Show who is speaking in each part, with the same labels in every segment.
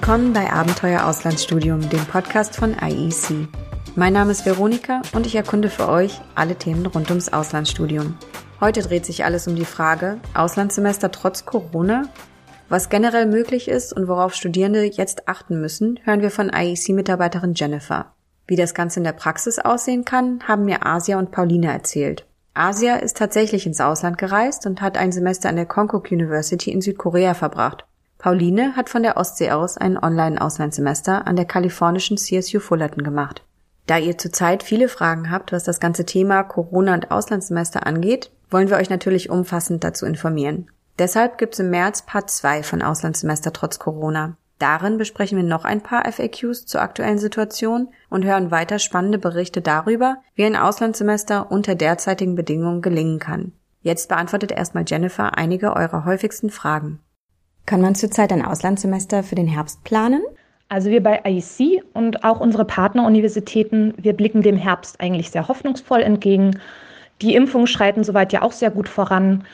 Speaker 1: Willkommen bei Abenteuer Auslandsstudium, dem Podcast von IEC. Mein Name ist Veronika und ich erkunde für euch alle Themen rund ums Auslandsstudium. Heute dreht sich alles um die Frage, Auslandssemester trotz Corona? Was generell möglich ist und worauf Studierende jetzt achten müssen, hören wir von IEC-Mitarbeiterin Jennifer. Wie das Ganze in der Praxis aussehen kann, haben mir Asia und Pauline erzählt. Asia ist tatsächlich ins Ausland gereist und hat ein Semester an der Konkuk University in Südkorea verbracht. Pauline hat von der Ostsee aus ein Online-Auslandssemester an der kalifornischen CSU Fullerton gemacht. Da ihr zurzeit viele Fragen habt, was das ganze Thema Corona und Auslandssemester angeht, wollen wir euch natürlich umfassend dazu informieren. Deshalb gibt's im März Part 2 von Auslandssemester trotz Corona. Darin besprechen wir noch ein paar FAQs zur aktuellen Situation und hören weiter spannende Berichte darüber, wie ein Auslandssemester unter derzeitigen Bedingungen gelingen kann. Jetzt beantwortet erstmal Jennifer einige eurer häufigsten Fragen.
Speaker 2: Kann man zurzeit ein Auslandssemester für den Herbst planen?
Speaker 3: Also wir bei IEC und auch unsere Partneruniversitäten, wir blicken dem Herbst eigentlich sehr hoffnungsvoll entgegen. Die Impfungen schreiten soweit ja auch sehr gut voran.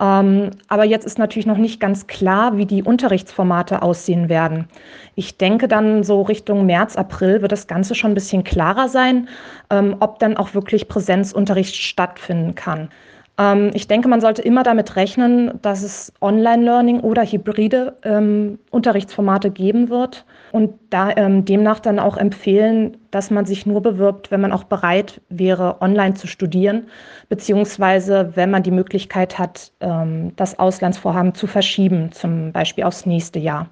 Speaker 3: Aber jetzt ist natürlich noch nicht ganz klar, wie die Unterrichtsformate aussehen werden. Ich denke dann so Richtung März, April wird das Ganze schon ein bisschen klarer sein, ob dann auch wirklich Präsenzunterricht stattfinden kann. Ich denke, man sollte immer damit rechnen, dass es Online-Learning oder hybride Unterrichtsformate geben wird und demnach dann auch empfehlen, dass man sich nur bewirbt, wenn man auch bereit wäre, online zu studieren, beziehungsweise wenn man die Möglichkeit hat, das Auslandsvorhaben zu verschieben, zum Beispiel aufs nächste Jahr.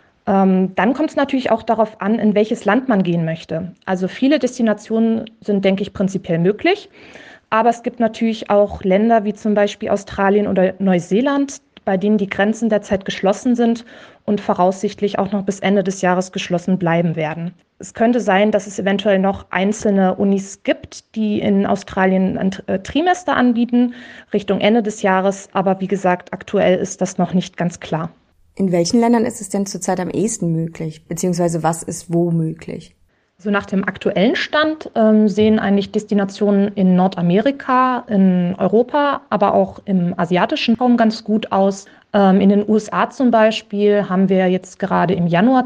Speaker 3: Dann kommt es natürlich auch darauf an, in welches Land man gehen möchte. Also viele Destinationen sind, denke ich, prinzipiell möglich. Aber es gibt natürlich auch Länder wie zum Beispiel Australien oder Neuseeland, bei denen die Grenzen derzeit geschlossen sind und voraussichtlich auch noch bis Ende des Jahres geschlossen bleiben werden. Es könnte sein, dass es eventuell noch einzelne Unis gibt, die in Australien ein Trimester anbieten, Richtung Ende des Jahres. Aber wie gesagt, aktuell ist das noch nicht ganz klar.
Speaker 2: In welchen Ländern ist es denn zurzeit am ehesten möglich? Beziehungsweise was ist wo möglich?
Speaker 3: So nach dem aktuellen Stand sehen eigentlich Destinationen in Nordamerika, in Europa, aber auch im asiatischen Raum ganz gut aus. In den USA zum Beispiel haben wir jetzt gerade im Januar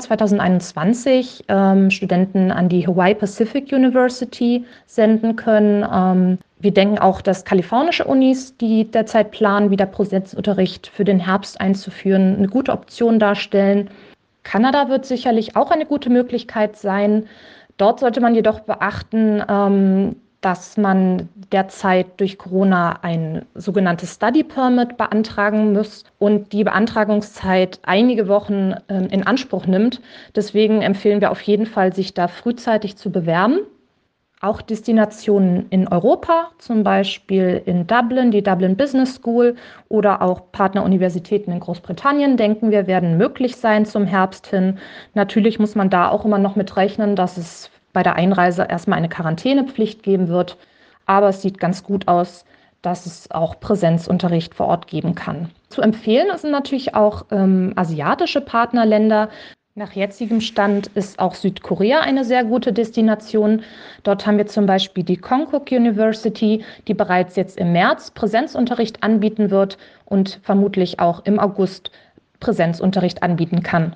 Speaker 3: 2021 Studenten an die Hawaii Pacific University senden können. Wir denken auch, dass kalifornische Unis, die derzeit planen, wieder Präsenzunterricht für den Herbst einzuführen, eine gute Option darstellen. Kanada wird sicherlich auch eine gute Möglichkeit sein. Dort sollte man jedoch beachten, dass man derzeit durch Corona ein sogenanntes Study Permit beantragen muss und die Beantragungszeit einige Wochen in Anspruch nimmt. Deswegen empfehlen wir auf jeden Fall, sich da frühzeitig zu bewerben. Auch Destinationen in Europa, zum Beispiel in Dublin, die Dublin Business School oder auch Partneruniversitäten in Großbritannien, denken wir, werden möglich sein zum Herbst hin. Natürlich muss man da auch immer noch mit rechnen, dass es bei der Einreise erstmal eine Quarantänepflicht geben wird. Aber es sieht ganz gut aus, dass es auch Präsenzunterricht vor Ort geben kann. Zu empfehlen sind natürlich auch asiatische Partnerländer. Nach jetzigem Stand ist auch Südkorea eine sehr gute Destination. Dort haben wir zum Beispiel die Konkuk University, die bereits jetzt im März Präsenzunterricht anbieten wird und vermutlich auch im August Präsenzunterricht anbieten kann.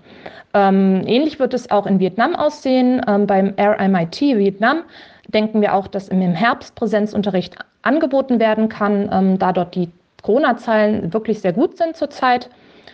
Speaker 3: Ähnlich wird es auch in Vietnam aussehen. Beim RMIT Vietnam denken wir auch, dass im Herbst Präsenzunterricht angeboten werden kann, da dort die Corona-Zahlen wirklich sehr gut sind zurzeit.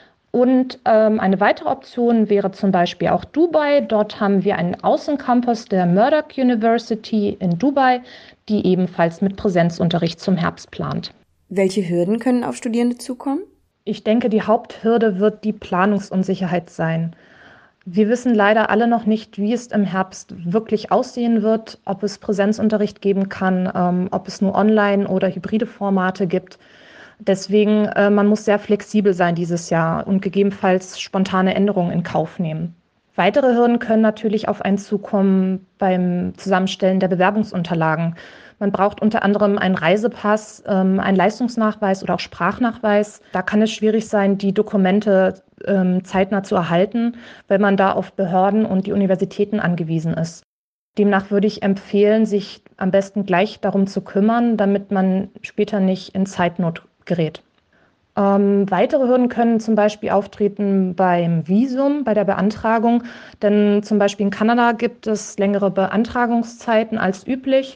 Speaker 3: Und eine weitere Option wäre zum Beispiel auch Dubai. Dort haben wir einen Außencampus der Murdoch University in Dubai, die ebenfalls mit Präsenzunterricht zum Herbst plant.
Speaker 2: Welche Hürden können auf Studierende zukommen?
Speaker 3: Ich denke, die Haupthürde wird die Planungsunsicherheit sein. Wir wissen leider alle noch nicht, wie es im Herbst wirklich aussehen wird, ob es Präsenzunterricht geben kann, ob es nur Online- oder hybride Formate gibt. Deswegen, man muss sehr flexibel sein dieses Jahr und gegebenenfalls spontane Änderungen in Kauf nehmen. Weitere Hürden können natürlich auf einen zukommen beim Zusammenstellen der Bewerbungsunterlagen. Man braucht unter anderem einen Reisepass, einen Leistungsnachweis oder auch Sprachnachweis. Da kann es schwierig sein, die Dokumente zeitnah zu erhalten, weil man da auf Behörden und die Universitäten angewiesen ist. Demnach würde ich empfehlen, sich am besten gleich darum zu kümmern, damit man später nicht in Zeitnot gerät. Weitere Hürden können zum Beispiel auftreten beim Visum, bei der Beantragung, denn zum Beispiel in Kanada gibt es längere Beantragungszeiten als üblich.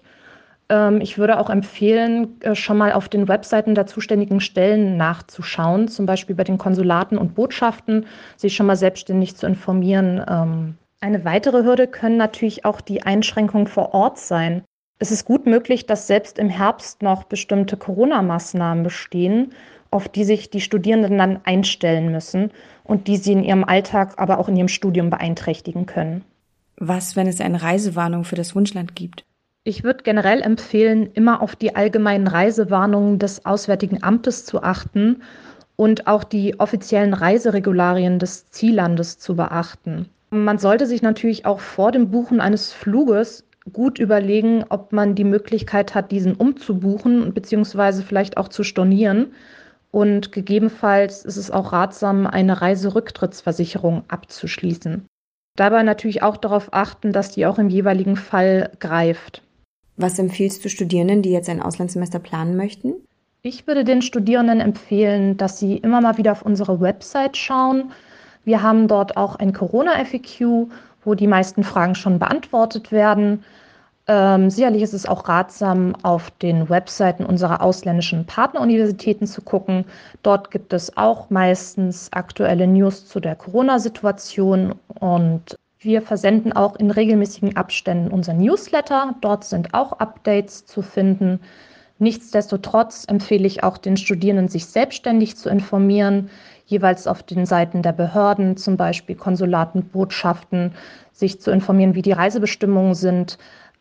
Speaker 3: Ich würde auch empfehlen, schon mal auf den Webseiten der zuständigen Stellen nachzuschauen, zum Beispiel bei den Konsulaten und Botschaften, sich schon mal selbstständig zu informieren. Eine weitere Hürde können natürlich auch die Einschränkungen vor Ort sein. Es ist gut möglich, dass selbst im Herbst noch bestimmte Corona-Maßnahmen bestehen, auf die sich die Studierenden dann einstellen müssen und die sie in ihrem Alltag, aber auch in ihrem Studium beeinträchtigen können.
Speaker 2: Was, wenn es eine Reisewarnung für das Wunschland gibt?
Speaker 3: Ich würde generell empfehlen, immer auf die allgemeinen Reisewarnungen des Auswärtigen Amtes zu achten und auch die offiziellen Reiseregularien des Ziellandes zu beachten. Man sollte sich natürlich auch vor dem Buchen eines Fluges gut überlegen, ob man die Möglichkeit hat, diesen umzubuchen bzw. vielleicht auch zu stornieren. Und gegebenenfalls ist es auch ratsam, eine Reiserücktrittsversicherung abzuschließen. Dabei natürlich auch darauf achten, dass die auch im jeweiligen Fall greift.
Speaker 2: Was empfiehlst du Studierenden, die jetzt ein Auslandssemester planen möchten?
Speaker 3: Ich würde den Studierenden empfehlen, dass sie immer mal wieder auf unsere Website schauen. Wir haben dort auch ein Corona-FAQ, wo die meisten Fragen schon beantwortet werden. Sicherlich ist es auch ratsam, auf den Webseiten unserer ausländischen Partneruniversitäten zu gucken. Dort gibt es auch meistens aktuelle News zu der Corona-Situation und wir versenden auch in regelmäßigen Abständen unser Newsletter. Dort sind auch Updates zu finden. Nichtsdestotrotz empfehle ich auch den Studierenden, sich selbstständig zu informieren, jeweils auf den Seiten der Behörden, zum Beispiel Konsulaten, Botschaften, sich zu informieren, wie die Reisebestimmungen sind,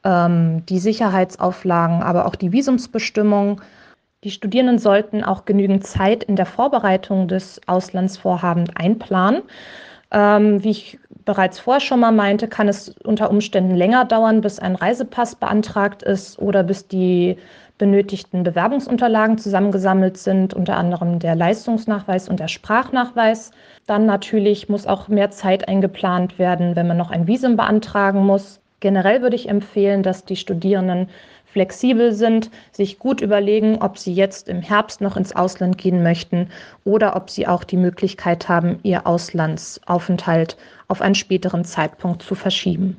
Speaker 3: die Sicherheitsauflagen, aber auch die Visumsbestimmungen. Die Studierenden sollten auch genügend Zeit in der Vorbereitung des Auslandsvorhabens einplanen. Wie ich bereits vorher schon mal meinte, kann es unter Umständen länger dauern, bis ein Reisepass beantragt ist oder bis die benötigten Bewerbungsunterlagen zusammengesammelt sind, unter anderem der Leistungsnachweis und der Sprachnachweis. Dann natürlich muss auch mehr Zeit eingeplant werden, wenn man noch ein Visum beantragen muss. Generell würde ich empfehlen, dass die Studierenden flexibel sind, sich gut überlegen, ob sie jetzt im Herbst noch ins Ausland gehen möchten oder ob sie auch die Möglichkeit haben, ihr Auslandsaufenthalt auf einen späteren Zeitpunkt zu verschieben.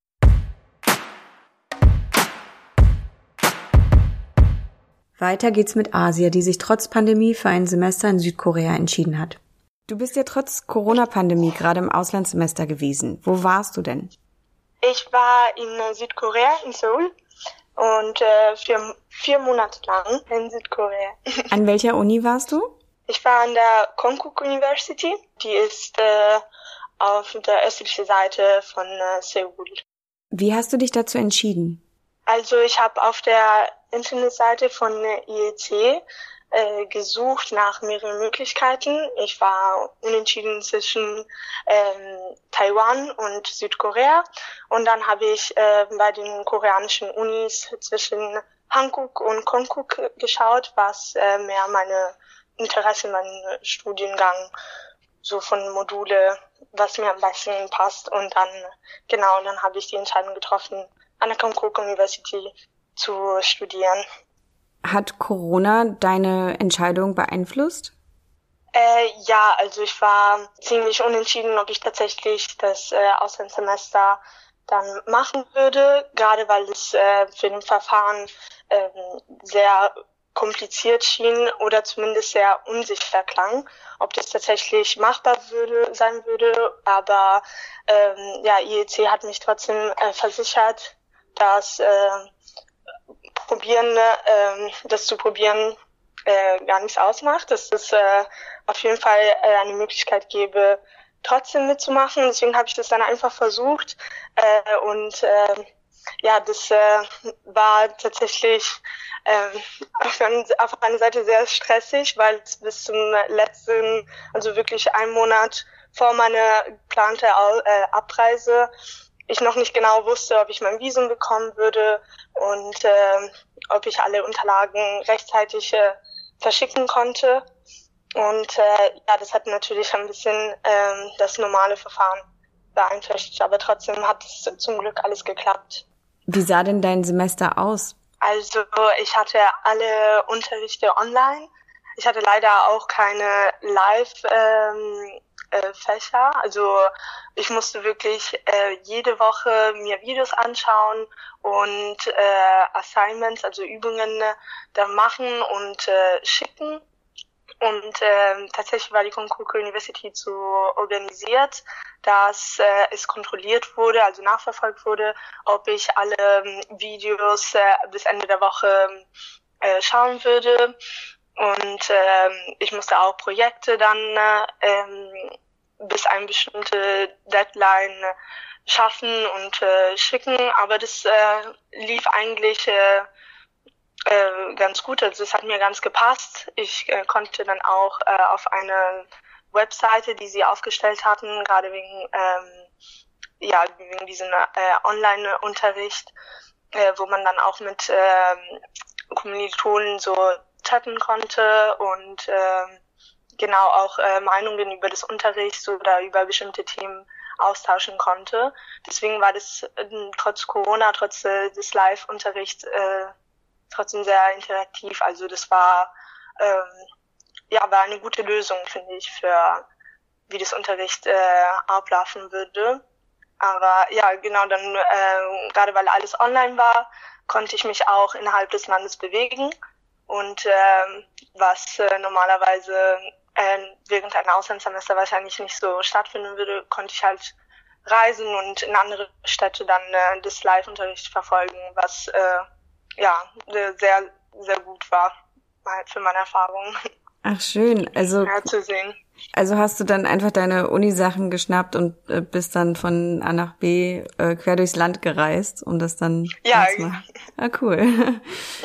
Speaker 2: Weiter geht's mit Asia, die sich trotz Pandemie für ein Semester in Südkorea entschieden hat. Du bist ja trotz Corona-Pandemie gerade im Auslandssemester gewesen. Wo warst du denn?
Speaker 4: Ich war in Südkorea, in Seoul und für 4 Monate lang in Südkorea.
Speaker 2: An welcher Uni warst du?
Speaker 4: Ich war an der Konkuk University, die ist auf der östlichen Seite von Seoul.
Speaker 2: Wie hast du dich dazu entschieden?
Speaker 4: Also ich habe auf der Internetseite von IEC gesucht nach mehreren Möglichkeiten. Ich war unentschieden zwischen Taiwan und Südkorea und dann habe ich bei den koreanischen Unis zwischen Hankuk und Konkuk geschaut, was mehr meine Interesse, meinen Studiengang, so von Module, was mir am besten passt und dann habe ich die Entscheidung getroffen, an der Konkuk University zu studieren.
Speaker 2: Hat Corona deine Entscheidung beeinflusst?
Speaker 4: Ja, also ich war ziemlich unentschieden, ob ich tatsächlich das Auslandssemester dann machen würde, gerade weil es für den Verfahren sehr kompliziert schien oder zumindest sehr unsicher klang, ob das tatsächlich machbar sein würde. Aber IEC hat mich trotzdem versichert, dass das zu probieren gar nichts ausmacht, dass es auf jeden Fall eine Möglichkeit gäbe, trotzdem mitzumachen. Deswegen habe ich das dann einfach versucht das war tatsächlich auf einer Seite sehr stressig, weil es bis zum letzten, also wirklich einen Monat vor meiner geplanten Abreise, ich noch nicht genau wusste, ob ich mein Visum bekommen würde und ob ich alle Unterlagen rechtzeitig verschicken konnte. Und das hat natürlich ein bisschen das normale Verfahren beeinträchtigt, aber trotzdem hat es zum Glück alles geklappt.
Speaker 2: Wie sah denn dein Semester aus?
Speaker 4: Also ich hatte alle Unterrichte online. Ich hatte leider auch keine Live-Fächer. Also ich musste wirklich jede Woche mir Videos anschauen und Assignments, also Übungen da machen und schicken. Und tatsächlich war die Konkukul University so organisiert, dass es kontrolliert wurde, also nachverfolgt wurde, ob ich alle Videos bis Ende der Woche schauen würde. Und ich musste auch Projekte dann bis eine bestimmte Deadline schaffen und schicken. Aber das lief eigentlich ganz gut, also es hat mir ganz gepasst. Ich konnte dann auch auf eine Webseite, die sie aufgestellt hatten, gerade wegen diesem Online-Unterricht, wo man dann auch mit Kommilitonen so chatten konnte und genau auch Meinungen über das Unterricht oder über bestimmte Themen austauschen konnte. Deswegen war das trotz Corona, trotz des Live-Unterrichts trotzdem sehr interaktiv. Also das war war eine gute Lösung, finde ich, für wie das Unterricht ablaufen würde. Aber ja, genau, dann gerade weil alles online war, konnte ich mich auch innerhalb des Landes bewegen. Und was normalerweise während einer Auslandssemester wahrscheinlich nicht so stattfinden würde, konnte ich halt reisen und in andere Städte dann das Live-Unterricht verfolgen, was sehr, sehr gut war für meine Erfahrung.
Speaker 2: Ach schön, also
Speaker 4: ja, zu sehen.
Speaker 2: Also hast du dann einfach deine Unisachen geschnappt und bist dann von A nach B quer durchs Land gereist und das dann Ah, cool.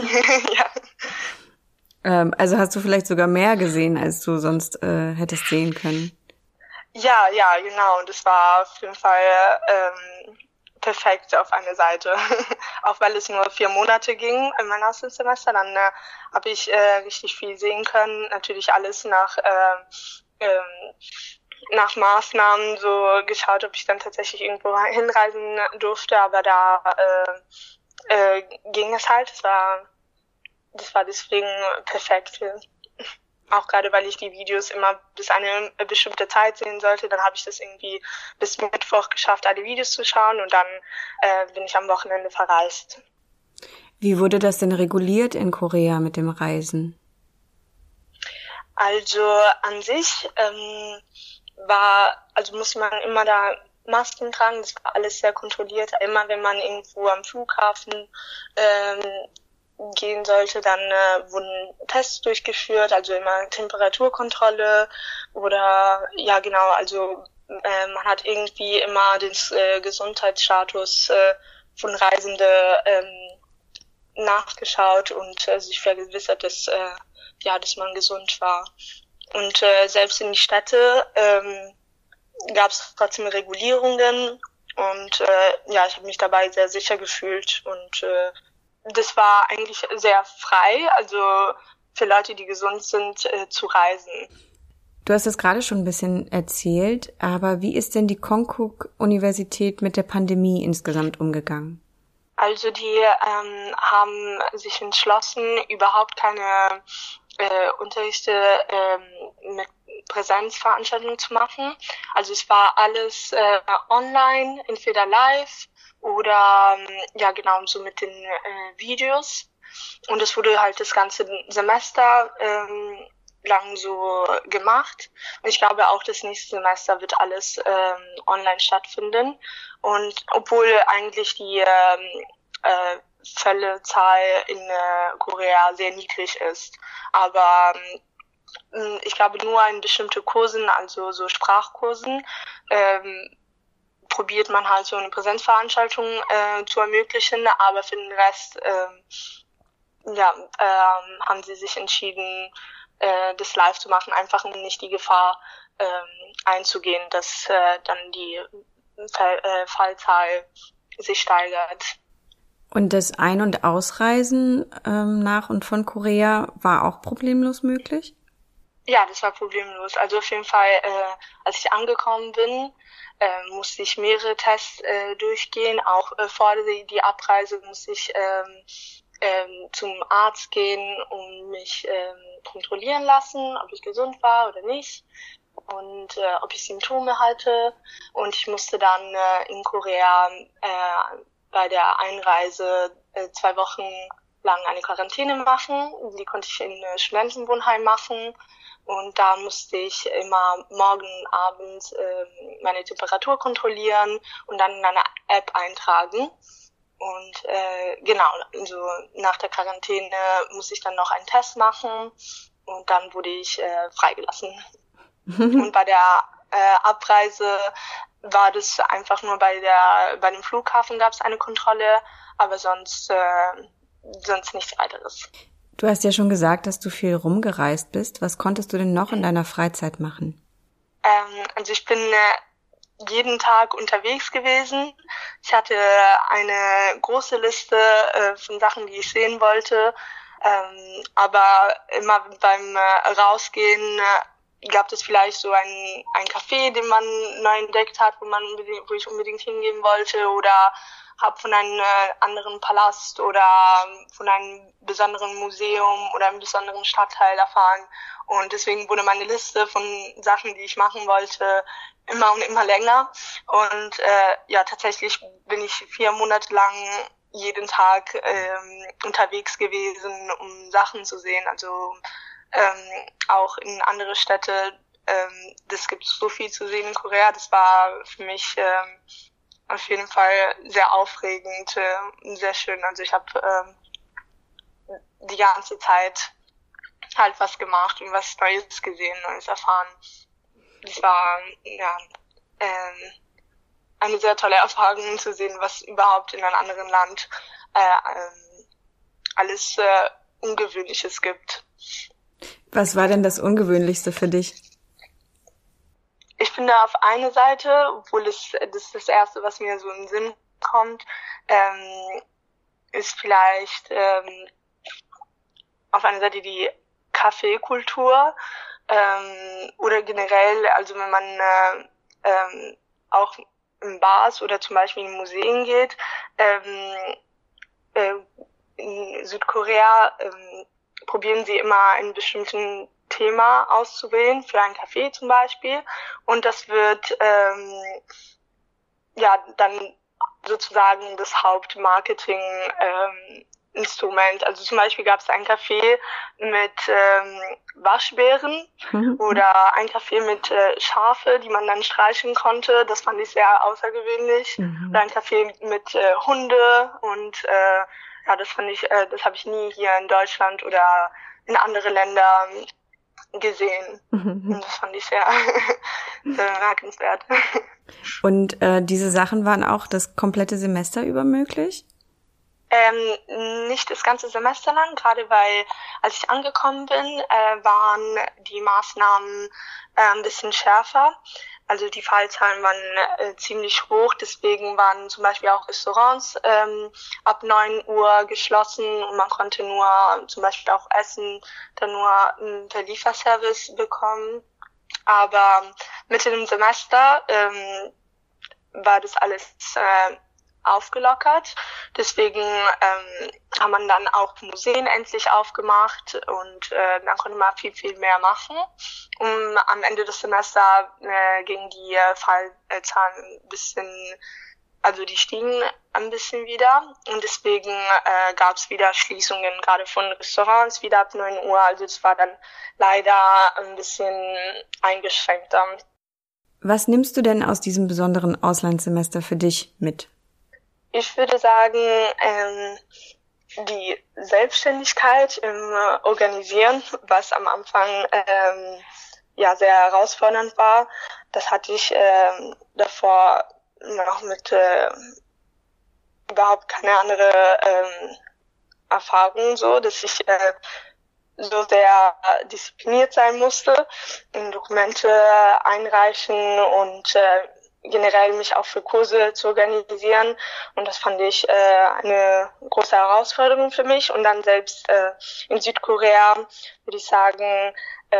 Speaker 4: Ja.
Speaker 2: Also hast du vielleicht sogar mehr gesehen, als du sonst hättest sehen können?
Speaker 4: Ja, genau. Und das war auf jeden Fall perfekt auf einer Seite. Auch weil es nur 4 Monate ging in meinem Auslandssemester, dann habe ich richtig viel sehen können. Natürlich alles nach Maßnahmen so geschaut, ob ich dann tatsächlich irgendwo hinreisen durfte, aber da ging es halt. Das war deswegen perfekt. Auch gerade, weil ich die Videos immer bis eine bestimmte Zeit sehen sollte, dann habe ich das irgendwie bis Mittwoch geschafft, alle Videos zu schauen und dann bin ich am Wochenende verreist.
Speaker 2: Wie wurde das denn reguliert in Korea mit dem Reisen?
Speaker 4: Also an sich musste man immer da Masken tragen, das war alles sehr kontrolliert. Immer wenn man irgendwo am Flughafen gehen sollte, dann wurden Tests durchgeführt, also immer Temperaturkontrolle oder ja genau, also man hat irgendwie immer den Gesundheitsstatus von Reisenden nachgeschaut und sich vergewissert, dass man gesund war. Und selbst in die Städte gab es trotzdem Regulierungen und ich habe mich dabei sehr sicher gefühlt und das war eigentlich sehr frei, also für Leute, die gesund sind, zu reisen.
Speaker 2: Du hast es gerade schon ein bisschen erzählt, aber wie ist denn die Konkuk-Universität mit der Pandemie insgesamt umgegangen?
Speaker 4: Also die haben sich entschlossen, überhaupt keine Unterrichte mit Präsenzveranstaltungen zu machen. Also es war alles online, entweder live oder so mit den Videos. Und es wurde halt das ganze Semester lang so gemacht. Und ich glaube auch das nächste Semester wird alles online stattfinden. Und obwohl eigentlich die Fällezahl in Korea sehr niedrig ist. Aber ich glaube nur in bestimmte Kursen, also so Sprachkursen, probiert man halt so eine Präsenzveranstaltung zu ermöglichen, aber für den Rest haben sie sich entschieden, das live zu machen, einfach um nicht die Gefahr einzugehen, dass dann die Fallzahl sich steigert.
Speaker 2: Und das Ein- und Ausreisen nach und von Korea war auch problemlos möglich?
Speaker 4: Ja, das war problemlos. Also auf jeden Fall, als ich angekommen bin, musste ich mehrere Tests durchgehen. Auch vor die Abreise musste ich zum Arzt gehen und mich kontrollieren lassen, ob ich gesund war oder nicht und ob ich Symptome hatte. Und ich musste dann in Korea bei der Einreise 2 Wochen lang eine Quarantäne machen. Die konnte ich in Studentenwohnheim machen. Und da musste ich immer morgen, abends meine Temperatur kontrollieren und dann in eine App eintragen. Und genau, also nach der Quarantäne musste ich dann noch einen Test machen und dann wurde ich freigelassen. Und bei der Abreise war das einfach nur bei dem Flughafen gab es eine Kontrolle, aber sonst nichts weiteres.
Speaker 2: Du hast ja schon gesagt, dass du viel rumgereist bist. Was konntest du denn noch in deiner Freizeit machen?
Speaker 4: Also ich bin jeden Tag unterwegs gewesen. Ich hatte eine große Liste von Sachen, die ich sehen wollte. Aber immer beim Rausgehen gab es vielleicht so ein Café, den man neu entdeckt hat, wo ich unbedingt hingehen wollte, oder habe von einem anderen Palast oder von einem besonderen Museum oder einem besonderen Stadtteil erfahren. Und deswegen wurde meine Liste von Sachen, die ich machen wollte, immer und immer länger. Und tatsächlich bin ich 4 Monate lang jeden Tag unterwegs gewesen, um Sachen zu sehen. Also auch in andere Städte. Das gibt so viel zu sehen in Korea. Das war für mich auf jeden Fall sehr aufregend und sehr schön. Also ich habe die ganze Zeit halt was gemacht und was Neues gesehen, Neues erfahren. Das war eine sehr tolle Erfahrung zu sehen, was überhaupt in einem anderen Land alles Ungewöhnliches gibt.
Speaker 2: Was war denn das Ungewöhnlichste für dich?
Speaker 4: Ich finde auf eine Seite, obwohl das ist das Erste, was mir so in den Sinn kommt, ist vielleicht auf einer Seite die Kaffeekultur oder generell, also wenn man auch in Bars oder zum Beispiel in Museen geht, in Südkorea probieren sie immer einen bestimmten Thema auszuwählen, für ein Café zum Beispiel. Und das wird dann sozusagen das Hauptmarketing-Instrument. Also zum Beispiel gab es ein Café mit Waschbären oder ein Café mit Schafe, die man dann streichen konnte. Das fand ich sehr außergewöhnlich. Oder ein Café mit Hunde und das fand ich, das habe ich nie hier in Deutschland oder in andere Länder gesehen. Und das fand ich sehr, sehr bemerkenswert.
Speaker 2: Und diese Sachen waren auch das komplette Semester über möglich?
Speaker 4: Nicht das ganze Semester lang, gerade weil, als ich angekommen bin, waren die Maßnahmen ein bisschen schärfer. Also die Fallzahlen waren ziemlich hoch, deswegen waren zum Beispiel auch Restaurants ab 9 Uhr geschlossen und man konnte nur zum Beispiel auch Essen dann nur per Lieferservice bekommen. Aber mitten im Semester war das alles aufgelockert. Deswegen haben man dann auch Museen endlich aufgemacht und dann konnte man viel, viel mehr machen. Und am Ende des Semesters gingen die Fallzahlen ein bisschen, also die stiegen ein bisschen wieder. Und deswegen gab es wieder Schließungen, gerade von Restaurants, wieder ab 9 Uhr. Also es war dann leider ein bisschen eingeschränkter.
Speaker 2: Was nimmst du denn aus diesem besonderen Auslandssemester für dich mit?
Speaker 4: Ich würde sagen, die Selbstständigkeit im Organisieren, was am Anfang sehr herausfordernd war, das hatte ich davor noch mit überhaupt keine andere Erfahrung, so dass ich so sehr diszipliniert sein musste, Dokumente einreichen und generell mich auch für Kurse zu organisieren. Und das fand ich eine große Herausforderung für mich. Und dann selbst in Südkorea würde ich sagen,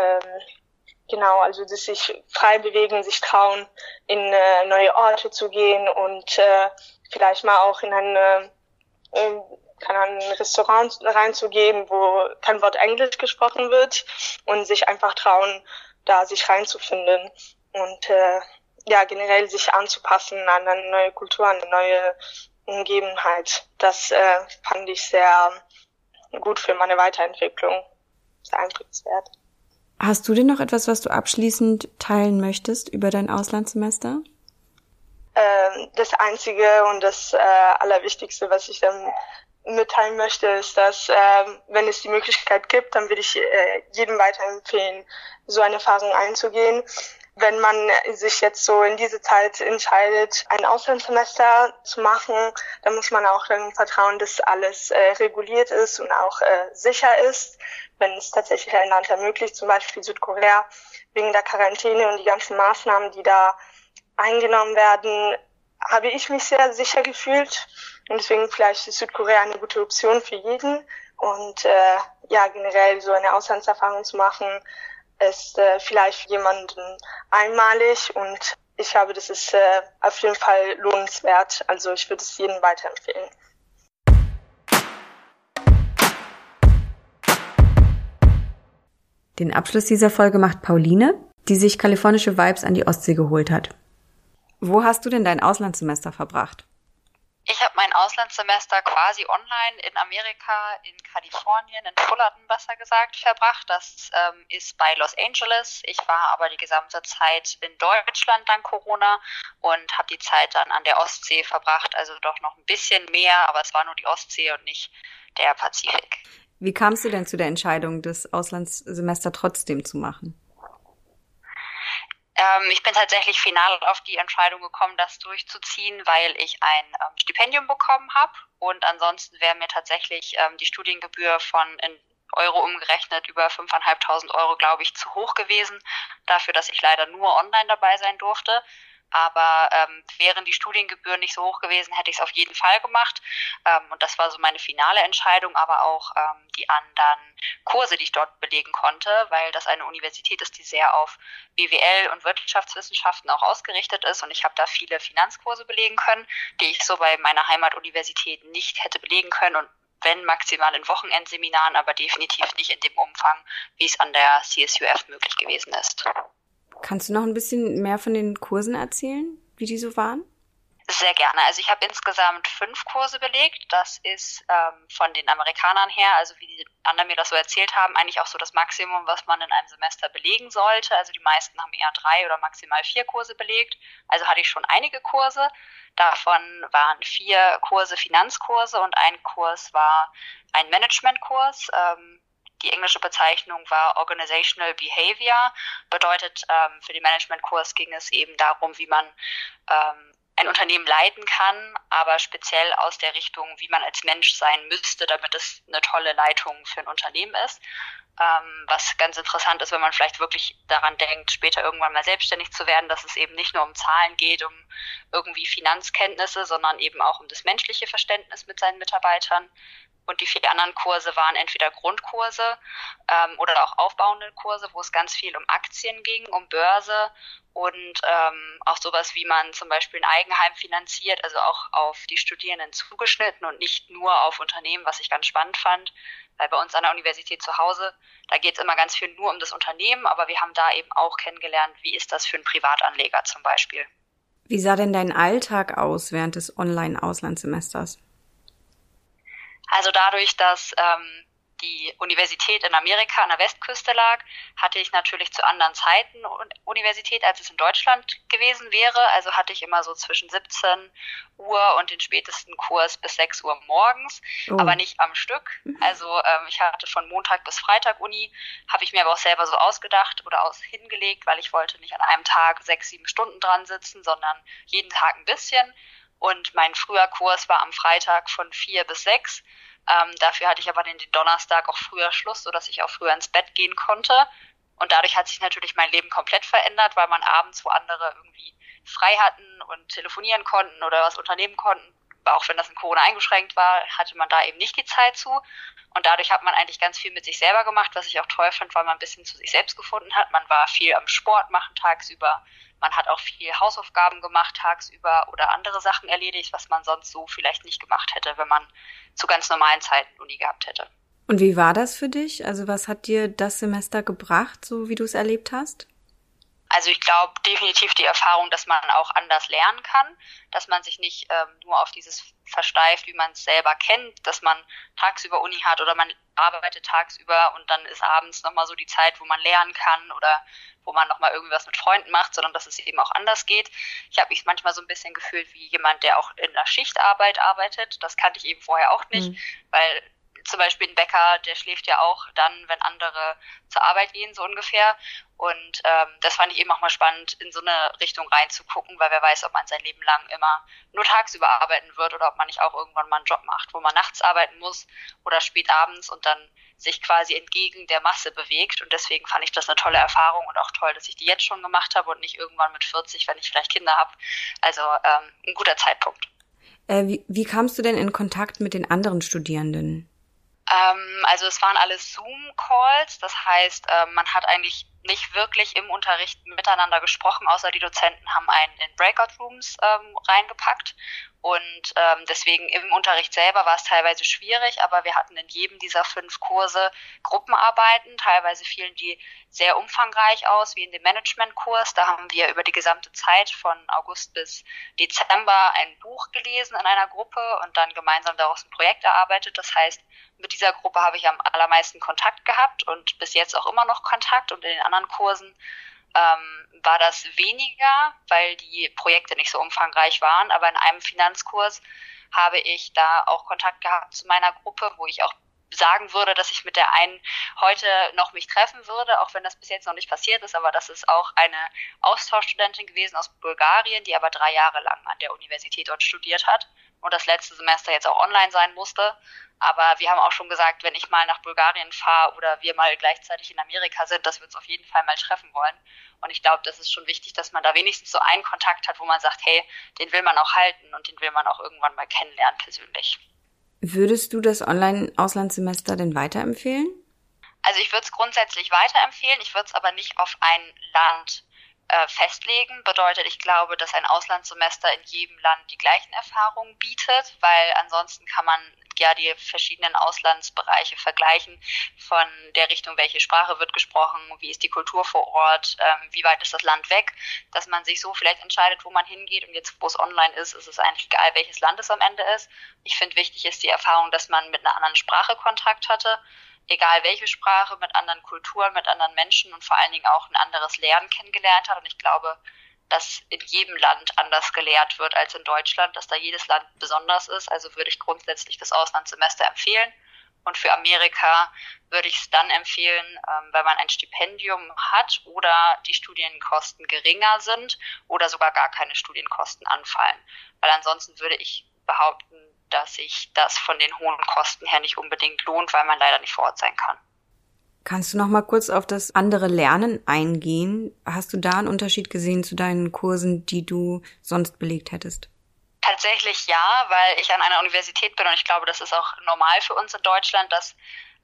Speaker 4: also dass sich frei bewegen, sich trauen, in neue Orte zu gehen und vielleicht mal auch in eine in ein Restaurant reinzugehen, wo kein Wort Englisch gesprochen wird und sich einfach trauen, da sich reinzufinden und generell sich anzupassen an eine neue Kultur, an eine neue Umgebenheit. Das fand ich sehr gut für meine Weiterentwicklung. Sehr eindruckswert.
Speaker 2: Hast du denn noch etwas, was du abschließend teilen möchtest über dein Auslandssemester?
Speaker 4: Das Einzige und das Allerwichtigste, was ich dann mitteilen möchte, ist, dass wenn es die Möglichkeit gibt, dann würde ich jedem weiterempfehlen, so eine Erfahrung einzugehen. Wenn man sich jetzt so in diese Zeit entscheidet, ein Auslandssemester zu machen, dann muss man auch dann vertrauen, dass alles reguliert ist und auch sicher ist. Wenn es tatsächlich ein Land ermöglicht, zum Beispiel Südkorea, wegen der Quarantäne und die ganzen Maßnahmen, die da eingenommen werden, habe ich mich sehr sicher gefühlt. Und deswegen vielleicht ist Südkorea eine gute Option für jeden. Und generell so eine Auslandserfahrung zu machen, ist vielleicht für jemanden einmalig. Und ich glaube, das ist auf jeden Fall lohnenswert. Also ich würde es jedem weiterempfehlen.
Speaker 2: Den Abschluss dieser Folge macht Pauline, die sich kalifornische Vibes an die Ostsee geholt hat. Wo hast du denn dein Auslandssemester verbracht?
Speaker 5: Ich habe mein Auslandssemester quasi online in Amerika, in Kalifornien, in Fullerton besser gesagt, verbracht. Das ist bei Los Angeles. Ich war aber die gesamte Zeit in Deutschland dank Corona und habe die Zeit dann an der Ostsee verbracht. Also doch noch ein bisschen mehr, aber es war nur die Ostsee und nicht der Pazifik.
Speaker 2: Wie kamst du denn zu der Entscheidung, das Auslandssemester trotzdem zu machen?
Speaker 5: Ich bin tatsächlich final auf die Entscheidung gekommen, das durchzuziehen, weil ich ein Stipendium bekommen habe. Und ansonsten wäre mir tatsächlich die Studiengebühr von in Euro umgerechnet über 5.500 €, glaube ich, zu hoch gewesen. Dafür, dass ich leider nur online dabei sein durfte. Aber wären die Studiengebühren nicht so hoch gewesen, hätte ich es auf jeden Fall gemacht. Und das war so meine finale Entscheidung, aber auch die anderen Kurse, die ich dort belegen konnte, weil das eine Universität ist, die sehr auf BWL und Wirtschaftswissenschaften auch ausgerichtet ist. Und ich habe da viele Finanzkurse belegen können, die ich so bei meiner Heimatuniversität nicht hätte belegen können. Und wenn maximal in Wochenendseminaren, aber definitiv nicht in dem Umfang, wie es an der CSUF möglich gewesen ist.
Speaker 2: Kannst du noch ein bisschen mehr von den Kursen erzählen, wie die so waren?
Speaker 5: Sehr gerne. Also ich habe insgesamt 5 Kurse belegt. Das ist von den Amerikanern her, also wie die anderen mir das so erzählt haben, eigentlich auch so das Maximum, was man in einem Semester belegen sollte. Also die meisten haben eher 3 oder maximal 4 Kurse belegt. Also hatte ich schon einige Kurse. Davon waren 4 Kurse Finanzkurse und ein Kurs war ein Managementkurs. Die englische Bezeichnung war Organizational Behavior. Bedeutet, für den Managementkurs ging es eben darum, wie man ein Unternehmen leiten kann, aber speziell aus der Richtung, wie man als Mensch sein müsste, damit es eine tolle Leitung für ein Unternehmen ist. Was ganz interessant ist, wenn man vielleicht wirklich daran denkt, später irgendwann mal selbstständig zu werden, dass es eben nicht nur um Zahlen geht, um irgendwie Finanzkenntnisse, sondern eben auch um das menschliche Verständnis mit seinen Mitarbeitern. Und die 4 anderen Kurse waren entweder Grundkurse oder auch aufbauende Kurse, wo es ganz viel um Aktien ging, um Börse und auch sowas, wie man zum Beispiel ein Eigenheim finanziert, also auch auf die Studierenden zugeschnitten und nicht nur auf Unternehmen, was ich ganz spannend fand. Weil bei uns an der Universität zu Hause, da geht es immer ganz viel nur um das Unternehmen, aber wir haben da eben auch kennengelernt, wie ist das für einen Privatanleger zum Beispiel.
Speaker 2: Wie sah denn dein Alltag aus während des Online-Auslandssemesters?
Speaker 5: Also dadurch, dass die Universität in Amerika an der Westküste lag, hatte ich natürlich zu anderen Zeiten Universität, als es in Deutschland gewesen wäre. Also hatte ich immer so zwischen 17 Uhr und den spätesten Kurs bis 6 Uhr morgens, aber nicht am Stück. Also ich hatte von Montag bis Freitag Uni, habe ich mir aber auch selber so ausgedacht oder hingelegt, weil ich wollte nicht an einem Tag 6, 7 Stunden dran sitzen, sondern jeden Tag ein bisschen. Und mein früher Kurs war am Freitag von 4 bis 6. Dafür hatte ich aber den Donnerstag auch früher Schluss, sodass ich auch früher ins Bett gehen konnte. Und dadurch hat sich natürlich mein Leben komplett verändert, weil man abends, wo andere irgendwie frei hatten und telefonieren konnten oder was unternehmen konnten, auch wenn das in Corona eingeschränkt war, hatte man da eben nicht die Zeit zu. Und dadurch hat man eigentlich ganz viel mit sich selber gemacht, was ich auch toll fand, weil man ein bisschen zu sich selbst gefunden hat. Man war viel am Sport machen tagsüber. Man hat auch viel Hausaufgaben gemacht tagsüber oder andere Sachen erledigt, was man sonst so vielleicht nicht gemacht hätte, wenn man zu ganz normalen Zeiten Uni gehabt hätte.
Speaker 2: Und wie war das für dich? Also was hat dir das Semester gebracht, so wie du es erlebt hast?
Speaker 5: Also ich glaube definitiv die Erfahrung, dass man auch anders lernen kann, dass man sich nicht nur auf dieses versteift, wie man es selber kennt, dass man tagsüber Uni hat oder man arbeitet tagsüber und dann ist abends nochmal so die Zeit, wo man lernen kann oder wo man nochmal irgendwas mit Freunden macht, sondern dass es eben auch anders geht. Ich habe mich manchmal so ein bisschen gefühlt wie jemand, der auch in der Schichtarbeit arbeitet. Das kannte ich eben vorher auch nicht, weil zum Beispiel ein Bäcker, der schläft ja auch dann, wenn andere zur Arbeit gehen, so ungefähr. Und das fand ich eben auch mal spannend, in so eine Richtung reinzugucken, weil wer weiß, ob man sein Leben lang immer nur tagsüber arbeiten wird oder ob man nicht auch irgendwann mal einen Job macht, wo man nachts arbeiten muss oder spät abends und dann sich quasi entgegen der Masse bewegt. Und deswegen fand ich das eine tolle Erfahrung und auch toll, dass ich die jetzt schon gemacht habe und nicht irgendwann mit 40, wenn ich vielleicht Kinder habe. Also ein guter Zeitpunkt.
Speaker 2: Wie kamst du denn in Kontakt mit den anderen Studierenden?
Speaker 5: Also es waren alles Zoom-Calls, das heißt, man hat eigentlich nicht wirklich im Unterricht miteinander gesprochen, außer die Dozenten haben einen in Breakout-Rooms reingepackt und deswegen im Unterricht selber war es teilweise schwierig, aber wir hatten in jedem dieser 5 Kurse Gruppenarbeiten, teilweise fielen die sehr umfangreich aus, wie in dem Management-Kurs. Da haben wir über die gesamte Zeit von August bis Dezember ein Buch gelesen in einer Gruppe und dann gemeinsam daraus ein Projekt erarbeitet. Das heißt, mit dieser Gruppe habe ich am allermeisten Kontakt gehabt und bis jetzt auch immer noch Kontakt. Und in den anderen Kursen war das weniger, weil die Projekte nicht so umfangreich waren. Aber in einem Finanzkurs habe ich da auch Kontakt gehabt zu meiner Gruppe, wo ich auch sagen würde, dass ich mit der einen heute noch mich treffen würde, auch wenn das bis jetzt noch nicht passiert ist, aber das ist auch eine Austauschstudentin gewesen aus Bulgarien, die aber 3 Jahre lang an der Universität dort studiert hat und das letzte Semester jetzt auch online sein musste. Aber wir haben auch schon gesagt, wenn ich mal nach Bulgarien fahre oder wir mal gleichzeitig in Amerika sind, dass wir uns auf jeden Fall mal treffen wollen. Und ich glaube, das ist schon wichtig, dass man da wenigstens so einen Kontakt hat, wo man sagt, hey, den will man auch halten und den will man auch irgendwann mal kennenlernen persönlich.
Speaker 2: Würdest du das Online-Auslandssemester denn weiterempfehlen?
Speaker 5: Also ich würde es grundsätzlich weiterempfehlen, ich würde es aber nicht auf ein Land festlegen. Bedeutet, ich glaube, dass ein Auslandssemester in jedem Land die gleichen Erfahrungen bietet, weil ansonsten kann man ja die verschiedenen Auslandsbereiche vergleichen von der Richtung, welche Sprache wird gesprochen, wie ist die Kultur vor Ort, wie weit ist das Land weg, dass man sich so vielleicht entscheidet, wo man hingeht und jetzt, wo es online ist, ist es eigentlich egal, welches Land es am Ende ist. Ich finde, wichtig ist die Erfahrung, dass man mit einer anderen Sprache Kontakt hatte, egal welche Sprache, mit anderen Kulturen, mit anderen Menschen und vor allen Dingen auch ein anderes Lernen kennengelernt hat. Und ich glaube, dass in jedem Land anders gelehrt wird als in Deutschland, dass da jedes Land besonders ist. Also würde ich grundsätzlich das Auslandssemester empfehlen. Und für Amerika würde ich es dann empfehlen, wenn man ein Stipendium hat oder die Studienkosten geringer sind oder sogar gar keine Studienkosten anfallen. Weil ansonsten würde ich behaupten, dass sich das von den hohen Kosten her nicht unbedingt lohnt, weil man leider nicht vor Ort sein kann.
Speaker 2: Kannst du noch mal kurz auf das andere Lernen eingehen? Hast du da einen Unterschied gesehen zu deinen Kursen, die du sonst belegt hättest?
Speaker 5: Tatsächlich ja, weil ich an einer Universität bin und ich glaube, das ist auch normal für uns in Deutschland, dass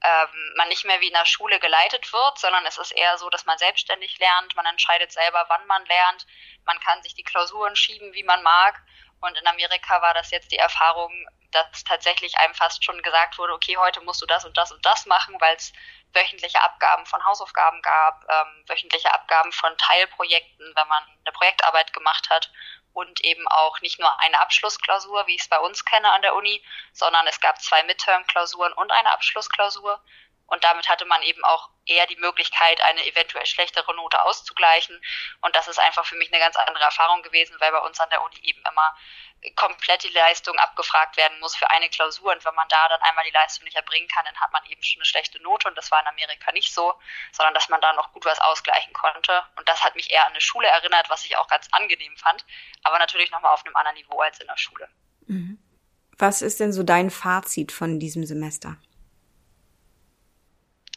Speaker 5: man nicht mehr wie in der Schule geleitet wird, sondern es ist eher so, dass man selbstständig lernt, man entscheidet selber, wann man lernt, man kann sich die Klausuren schieben, wie man mag. Und in Amerika war das jetzt die Erfahrung, dass tatsächlich einem fast schon gesagt wurde, okay, heute musst du das und das und das machen, weil es wöchentliche Abgaben von Hausaufgaben gab, wöchentliche Abgaben von Teilprojekten, wenn man eine Projektarbeit gemacht hat und eben auch nicht nur eine Abschlussklausur, wie ich es bei uns kenne an der Uni, sondern es gab 2 Midterm-Klausuren und eine Abschlussklausur. Und damit hatte man eben auch eher die Möglichkeit, eine eventuell schlechtere Note auszugleichen. Und das ist einfach für mich eine ganz andere Erfahrung gewesen, weil bei uns an der Uni eben immer komplett die Leistung abgefragt werden muss für eine Klausur. Und wenn man da dann einmal die Leistung nicht erbringen kann, dann hat man eben schon eine schlechte Note. Und das war in Amerika nicht so, sondern dass man da noch gut was ausgleichen konnte. Und das hat mich eher an eine Schule erinnert, was ich auch ganz angenehm fand. Aber natürlich nochmal auf einem anderen Niveau als in der Schule.
Speaker 2: Was ist denn so dein Fazit von diesem Semester?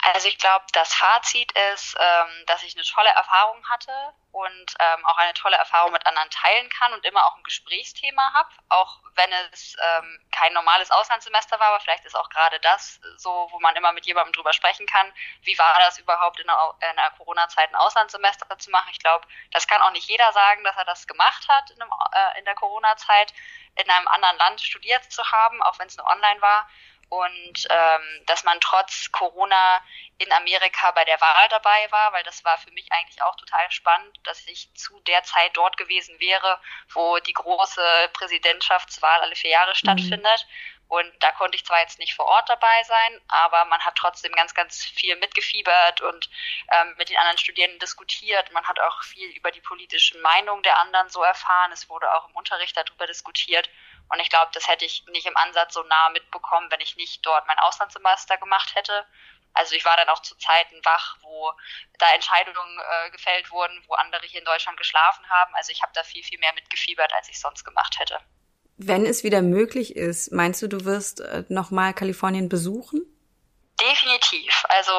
Speaker 5: Also ich glaube, das Fazit ist, dass ich eine tolle Erfahrung hatte und auch eine tolle Erfahrung mit anderen teilen kann und immer auch ein Gesprächsthema habe, auch wenn es kein normales Auslandssemester war, aber vielleicht ist auch gerade das so, wo man immer mit jemandem drüber sprechen kann, wie war das überhaupt in der Corona-Zeit ein Auslandssemester zu machen. Ich glaube, das kann auch nicht jeder sagen, dass er das gemacht hat in der Corona-Zeit, in einem anderen Land studiert zu haben, auch wenn es nur online war. Und dass man trotz Corona in Amerika bei der Wahl dabei war, weil das war für mich eigentlich auch total spannend, dass ich zu der Zeit dort gewesen wäre, wo die große Präsidentschaftswahl alle 4 Jahre stattfindet. Und da konnte ich zwar jetzt nicht vor Ort dabei sein, aber man hat trotzdem ganz, ganz viel mitgefiebert und mit den anderen Studierenden diskutiert. Man hat auch viel über die politischen Meinungen der anderen so erfahren. Es wurde auch im Unterricht darüber diskutiert. Und ich glaube, das hätte ich nicht im Ansatz so nah mitbekommen, wenn ich nicht dort mein Auslandssemester gemacht hätte. Also ich war dann auch zu Zeiten wach, wo da Entscheidungen gefällt wurden, wo andere hier in Deutschland geschlafen haben. Also ich habe da viel, viel mehr mitgefiebert, als ich sonst gemacht hätte.
Speaker 2: Wenn es wieder möglich ist, meinst du wirst nochmal Kalifornien besuchen?
Speaker 5: Definitiv. Also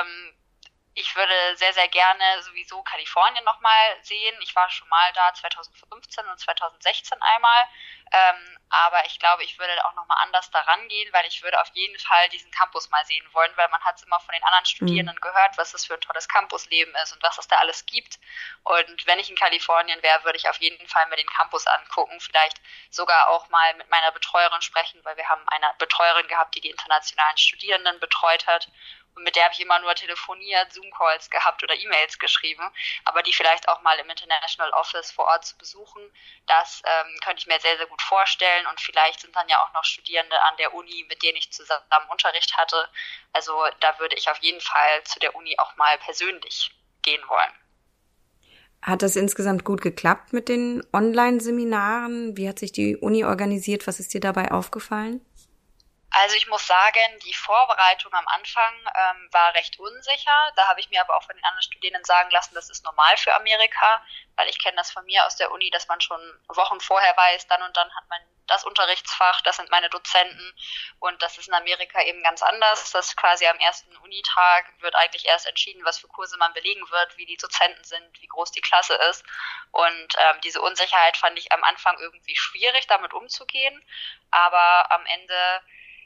Speaker 5: ich würde sehr, sehr gerne sowieso Kalifornien nochmal sehen. Ich war schon mal da 2015 und 2016 einmal. Aber ich glaube, ich würde auch nochmal anders daran gehen, weil ich würde auf jeden Fall diesen Campus mal sehen wollen, weil man hat es immer von den anderen Studierenden gehört, was das für ein tolles Campusleben ist und was es da alles gibt. Und wenn ich in Kalifornien wäre, würde ich auf jeden Fall mir den Campus angucken, vielleicht sogar auch mal mit meiner Betreuerin sprechen, weil wir haben eine Betreuerin gehabt, die internationalen Studierenden betreut hat. Und mit der habe ich immer nur telefoniert, Zoom-Calls gehabt oder E-Mails geschrieben, aber die vielleicht auch mal im International Office vor Ort zu besuchen, das könnte ich mir sehr, sehr gut vorstellen. Und vielleicht sind dann ja auch noch Studierende an der Uni, mit denen ich zusammen Unterricht hatte. Also da würde ich auf jeden Fall zu der Uni auch mal persönlich gehen wollen.
Speaker 2: Hat das insgesamt gut geklappt mit den Online-Seminaren? Wie hat sich die Uni organisiert? Was ist dir dabei aufgefallen?
Speaker 5: Also ich muss sagen, die Vorbereitung am Anfang war recht unsicher. Da habe ich mir aber auch von den anderen Studierenden sagen lassen, das ist normal für Amerika, weil ich kenne das von mir aus der Uni, dass man schon Wochen vorher weiß, dann und dann hat man das Unterrichtsfach, das sind meine Dozenten und das ist in Amerika eben ganz anders. Das quasi am ersten Unitag wird eigentlich erst entschieden, was für Kurse man belegen wird, wie die Dozenten sind, wie groß die Klasse ist und diese Unsicherheit fand ich am Anfang irgendwie schwierig, damit umzugehen, aber am Ende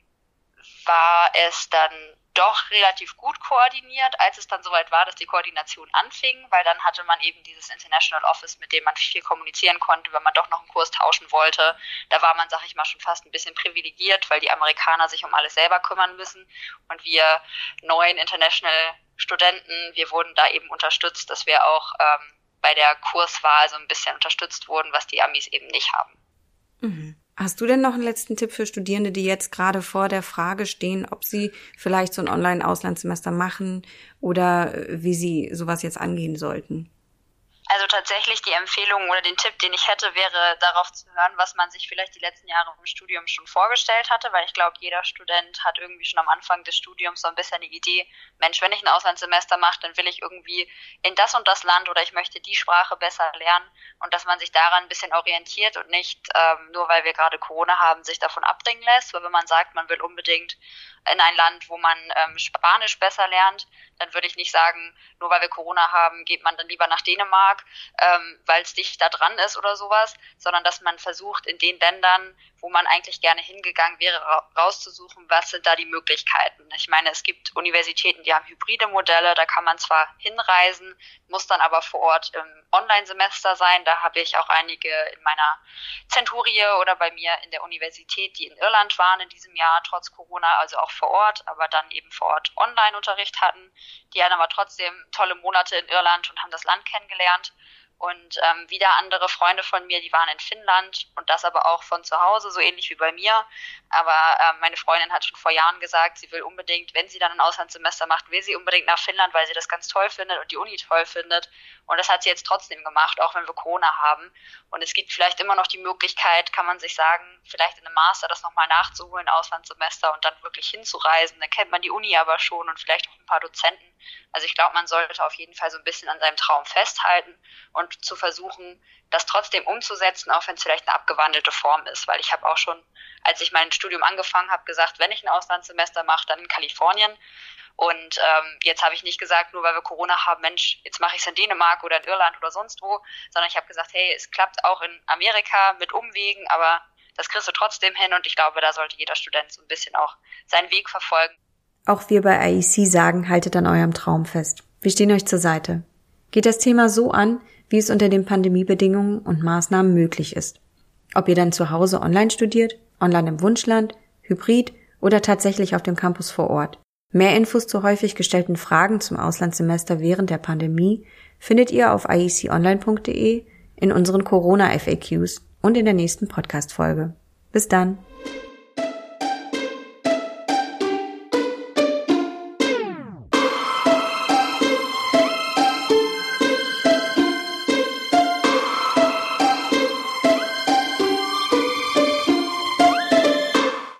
Speaker 5: war es dann doch relativ gut koordiniert, als es dann soweit war, dass die Koordination anfing, weil dann hatte man eben dieses International Office, mit dem man viel kommunizieren konnte, wenn man doch noch einen Kurs tauschen wollte. Da war man, sag ich mal, schon fast ein bisschen privilegiert, weil die Amerikaner sich um alles selber kümmern müssen und wir neuen International Studenten, wir wurden da eben unterstützt, dass wir auch bei der Kurswahl so ein bisschen unterstützt wurden, was die Amis eben nicht haben.
Speaker 2: Mhm. Hast du denn noch einen letzten Tipp für Studierende, die jetzt gerade vor der Frage stehen, ob sie vielleicht so ein Online-Auslandssemester machen oder wie sie sowas jetzt angehen sollten?
Speaker 5: Also tatsächlich die Empfehlung oder den Tipp, den ich hätte, wäre darauf zu hören, was man sich vielleicht die letzten Jahre im Studium schon vorgestellt hatte, weil ich glaube, jeder Student hat irgendwie schon am Anfang des Studiums so ein bisschen die Idee, Mensch, wenn ich ein Auslandssemester mache, dann will ich irgendwie in das und das Land oder ich möchte die Sprache besser lernen und dass man sich daran ein bisschen orientiert und nicht, nur weil wir gerade Corona haben, sich davon abbringen lässt, weil wenn man sagt, man will unbedingt in ein Land, wo man Spanisch besser lernt, dann würde ich nicht sagen, nur weil wir Corona haben, geht man dann lieber nach Dänemark, weil es dicht da dran ist oder sowas, sondern dass man versucht, in den Ländern, wo man eigentlich gerne hingegangen wäre, rauszusuchen, was sind da die Möglichkeiten. Ich meine, es gibt Universitäten, die haben hybride Modelle, da kann man zwar hinreisen, muss dann aber vor Ort im Online-Semester sein. Da habe ich auch einige in meiner Zenturie oder bei mir in der Universität, die in Irland waren in diesem Jahr, trotz Corona, also auch vor Ort, aber dann eben vor Ort Online-Unterricht hatten. Die hatten aber trotzdem tolle Monate in Irland und haben das Land kennengelernt. Und wieder andere Freunde von mir, die waren in Finnland und das aber auch von zu Hause, so ähnlich wie bei mir. Aber meine Freundin hat schon vor Jahren gesagt, sie will unbedingt, wenn sie dann ein Auslandssemester macht, will sie unbedingt nach Finnland, weil sie das ganz toll findet und die Uni toll findet. Und das hat sie jetzt trotzdem gemacht, auch wenn wir Corona haben. Und es gibt vielleicht immer noch die Möglichkeit, kann man sich sagen, vielleicht in einem Master das nochmal nachzuholen, Auslandssemester und dann wirklich hinzureisen. Dann kennt man die Uni aber schon und vielleicht auch ein paar Dozenten. Also ich glaube, man sollte auf jeden Fall so ein bisschen an seinem Traum festhalten und und zu versuchen, das trotzdem umzusetzen, auch wenn es vielleicht eine abgewandelte Form ist. Weil ich habe auch schon, als ich mein Studium angefangen habe, gesagt, wenn ich ein Auslandssemester mache, dann in Kalifornien. Und jetzt habe ich nicht gesagt, nur weil wir Corona haben, Mensch, jetzt mache ich es in Dänemark oder in Irland oder sonst wo, sondern ich habe gesagt, hey, es klappt auch in Amerika mit Umwegen, aber das kriegst du trotzdem hin und ich glaube, da sollte jeder Student so ein bisschen auch seinen Weg verfolgen.
Speaker 1: Auch wir bei IEC sagen, haltet an eurem Traum fest. Wir stehen euch zur Seite. Geht das Thema so an, wie es unter den Pandemiebedingungen und Maßnahmen möglich ist. Ob ihr dann zu Hause online studiert, online im Wunschland, hybrid oder tatsächlich auf dem Campus vor Ort. Mehr Infos zu häufig gestellten Fragen zum Auslandssemester während der Pandemie findet ihr auf ieconline.de, in unseren Corona-FAQs und in der nächsten Podcast-Folge. Bis dann!